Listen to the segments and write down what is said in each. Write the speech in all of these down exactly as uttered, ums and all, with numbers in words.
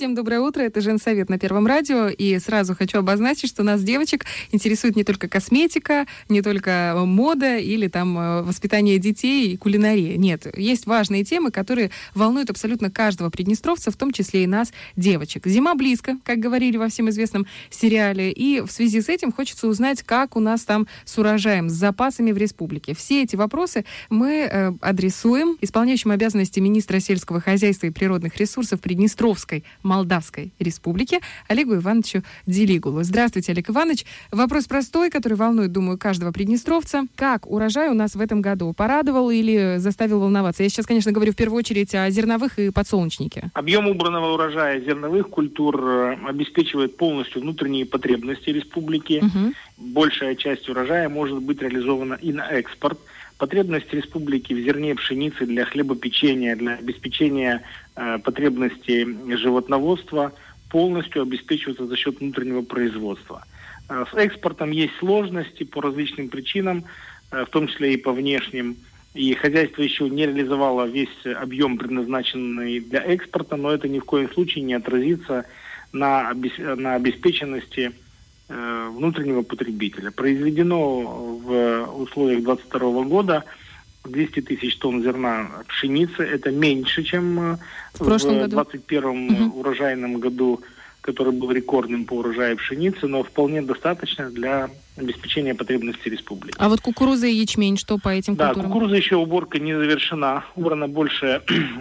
Всем доброе утро, это Женсовет на Первом радио, и сразу хочу обозначить, что нас, девочек, интересует не только косметика, не только мода или там воспитание детей и кулинария. Нет, есть важные темы, которые волнуют абсолютно каждого приднестровца, в том числе и нас, девочек. Зима близко, как говорили во всем известном сериале, и в связи с этим хочется узнать, как у нас там с урожаем, с запасами в республике. Все эти вопросы мы э, адресуем исполняющим обязанности министра сельского хозяйства и природных ресурсов Приднестровской Молдавской Республики Олегу Ивановичу Делигулу. Здравствуйте, Олег Иванович. Вопрос простой, который волнует, думаю, каждого приднестровца. Как урожай у нас в этом году? Порадовал или заставил волноваться? Я сейчас, конечно, говорю в первую очередь о зерновых и подсолнечнике. Объем убранного урожая зерновых культур обеспечивает полностью внутренние потребности республики. Угу. Большая часть урожая может быть реализована и на экспорт. Потребности республики в зерне пшеницы для хлебопечения, для обеспечения э, потребностей животноводства полностью обеспечиваются за счет внутреннего производства. Э, с экспортом есть сложности по различным причинам, э, в том числе и по внешним. И хозяйство еще не реализовало весь объем, предназначенный для экспорта, но это ни в коем случае не отразится на, обес- на обеспеченности внутреннего потребителя. Произведено в условиях двадцать второго года двести тысяч тонн зерна пшеницы. Это меньше, чем в, в двадцать первом угу. урожайном году, который был рекордным по урожаю пшеницы, но вполне достаточно для обеспечения потребностей республики. А вот кукуруза и ячмень, что по этим да, культурам? Да, кукуруза еще уборка не завершена. Убрана большая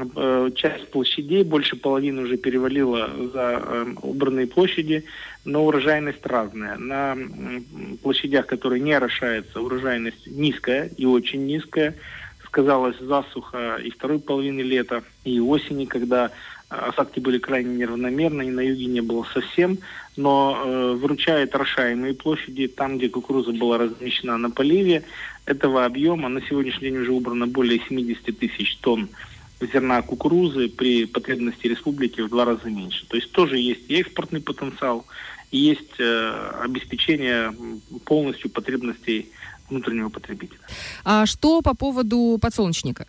часть площадей, больше половины уже перевалила за э, убранные площади, но урожайность разная. На площадях, которые не орошаются, урожайность низкая и очень низкая. Сказалась засуха и второй половины лета, и осени, когда осадки были крайне неравномерны, и на юге не было совсем, но э, выручает орошаемые площади, там, где кукуруза была размещена на поливе. Этого объема на сегодняшний день уже убрано более семьдесят тысяч тонн зерна кукурузы, при потребности республики в два раза меньше. То есть тоже есть и экспортный потенциал, и есть э, обеспечение полностью потребностей внутреннего потребителя. А что по поводу подсолнечника?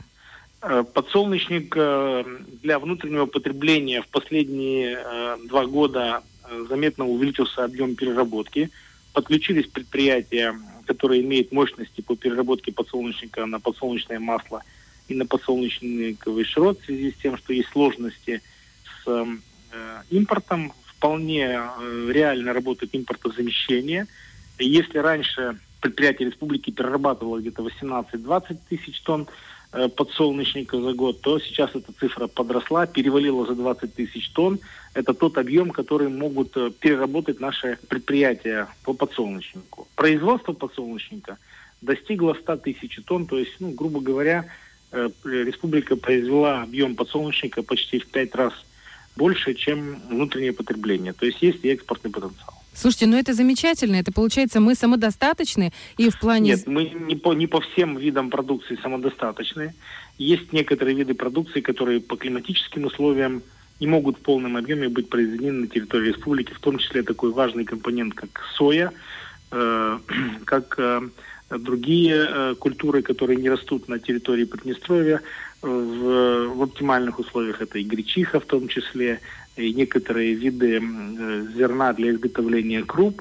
Подсолнечник для внутреннего потребления в последние э, два года заметно увеличился объем переработки. Подключились предприятия, которые имеют мощности по переработке подсолнечника на подсолнечное масло и на подсолнечниковый шрот, в связи с тем, что есть сложности с э, импортом. Вполне э, реально работает импортозамещение. Если раньше предприятие республики перерабатывало где-то восемнадцать-двадцать тысяч тонн подсолнечника за год, то сейчас эта цифра подросла, перевалила за двадцать тысяч тонн. Это тот объем, который могут переработать наши предприятия по подсолнечнику. Производство подсолнечника достигло ста тысяч тонн, то есть, ну, грубо говоря, республика произвела объем подсолнечника почти в пять раз больше, чем внутреннее потребление. То есть есть и экспортный потенциал. Слушайте, ну это замечательно. Это получается, мы самодостаточны и в плане... Нет, мы не по, не по всем видам продукции самодостаточны. Есть некоторые виды продукции, которые по климатическим условиям не могут в полном объеме быть произведены на территории республики, в том числе такой важный компонент, как соя, э, как э, другие э, культуры, которые не растут на территории Приднестровья. В, в оптимальных условиях это и гречиха в том числе, и некоторые виды э, зерна для изготовления круп.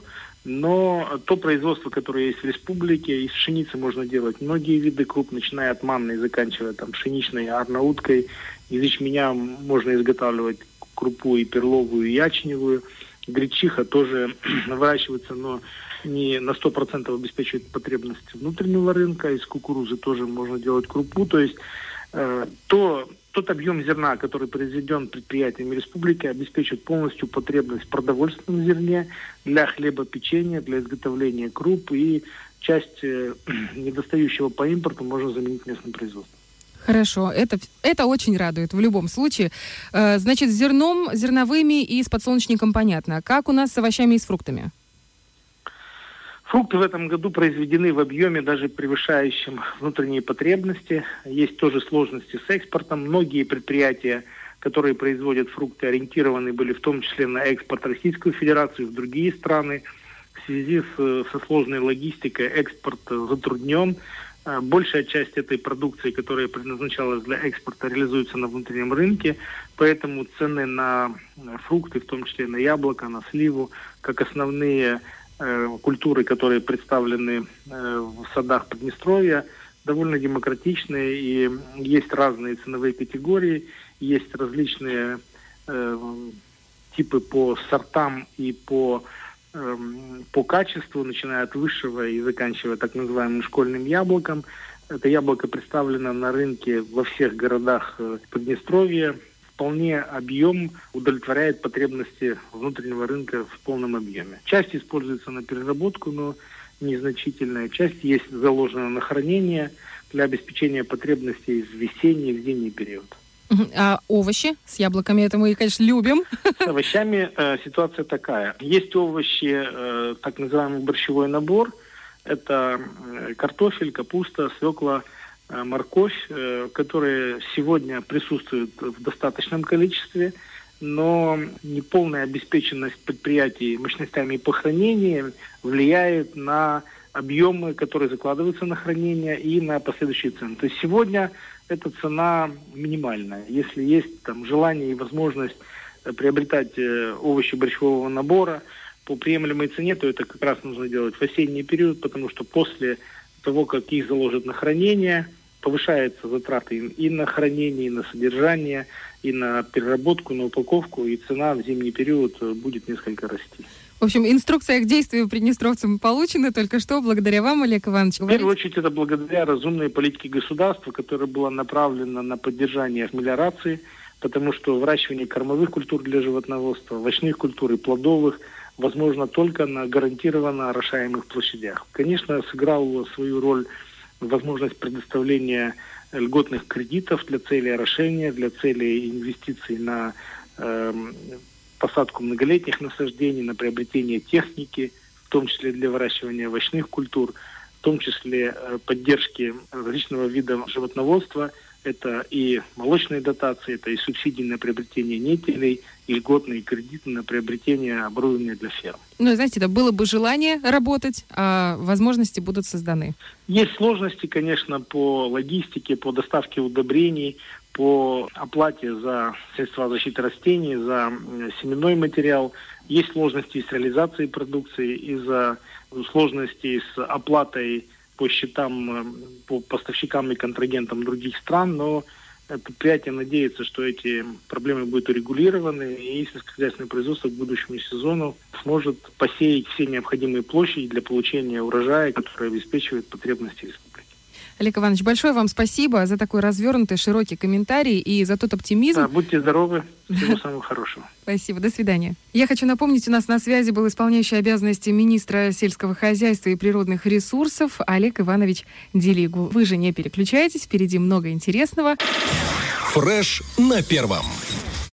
Но то производство, которое есть в республике, из пшеницы можно делать многие виды круп, начиная от манной, заканчивая там пшеничной, арнауткой. Из ячменя можно изготавливать крупу и перловую, и ячневую. Гречиха тоже выращивается, но не на сто процентов обеспечивает потребности внутреннего рынка. Из кукурузы тоже можно делать крупу. То есть э, то... Тот объем зерна, который произведен предприятиями республики, обеспечит полностью потребность в продовольственном зерне для хлебопечения, для изготовления круп, и часть э, недостающего по импорту можно заменить местным производством. Хорошо, это, это очень радует в любом случае. Э, значит, с зерном, зерновыми и с подсолнечником понятно. Как у нас с овощами и с фруктами? Фрукты в этом году произведены в объеме, даже превышающем внутренние потребности. Есть тоже сложности с экспортом. Многие предприятия, которые производят фрукты, ориентированы были в том числе на экспорт в Российскую Федерацию, в другие страны. В связи с, со сложной логистикой экспорт затруднен. Большая часть этой продукции, которая предназначалась для экспорта, реализуется на внутреннем рынке, поэтому цены на фрукты, в том числе на яблоко, на сливу, как основные э, культуры, которые представлены э, в садах Приднестровья, довольно демократичные, и есть разные ценовые категории, есть различные э, типы по сортам и по по качеству, начиная от высшего и заканчивая так называемым школьным яблоком. Это яблоко представлено на рынке во всех городах Приднестровья. Вполне объем удовлетворяет потребности внутреннего рынка в полном объеме. Часть используется на переработку, но незначительная. Часть есть заложена на хранение для обеспечения потребностей в весенний и в зимний период. А овощи с яблоками, это мы, конечно, любим. С овощами э, ситуация такая. Есть овощи, э, так называемый борщевой набор. Это э, картофель, капуста, свекла, э, морковь, э, которые сегодня присутствуют в достаточном количестве, но неполная обеспеченность предприятий мощностями по хранению влияет на объемы, которые закладываются на хранение, и на последующие цены. То есть сегодня эта цена минимальная. Если есть там желание и возможность приобретать э, овощи борщевого набора по приемлемой цене, то это как раз нужно делать в осенний период, потому что после того, как их заложат на хранение, повышаются затраты и на хранение, и на содержание, и на переработку, на упаковку, и цена в зимний период будет несколько расти. В общем, инструкция к действию приднестровцам получена только что благодаря вам, Олег Иванович. В первую очередь, это благодаря разумной политике государства, которая была направлена на поддержание мелиорации, потому что выращивание кормовых культур для животноводства, овощных культур и плодовых возможно только на гарантированно орошаемых площадях. Конечно, сыграл свою роль возможность предоставления льготных кредитов для целей орошения, для целей инвестиций на э, посадку многолетних насаждений, на приобретение техники, в том числе для выращивания овощных культур, в том числе э, поддержки различного вида животноводства. Это и молочные дотации, это и субсидии на приобретение нетелей, и льготные кредиты на приобретение оборудования для ферм. Ну, знаете, да, было бы желание работать, а возможности будут созданы. Есть сложности, конечно, по логистике, по доставке удобрений, по оплате за средства защиты растений, за семенной материал. Есть сложности с реализацией продукции, из-за сложностей с оплатой по счетам, по поставщикам и контрагентам других стран, но предприятие надеется, что эти проблемы будут урегулированы, и сельскохозяйственное производство к будущему сезону сможет посеять все необходимые площади для получения урожая, который обеспечивает потребности республики. Олег Иванович, большое вам спасибо за такой развернутый, широкий комментарий и за тот оптимизм. Да, будьте здоровы. Всего самого хорошего. Спасибо. До свидания. Я хочу напомнить, у нас на связи был исполняющий обязанности министра сельского хозяйства и природных ресурсов Олег Иванович Делигу. Вы же не переключайтесь, впереди много интересного. Фреш на первом.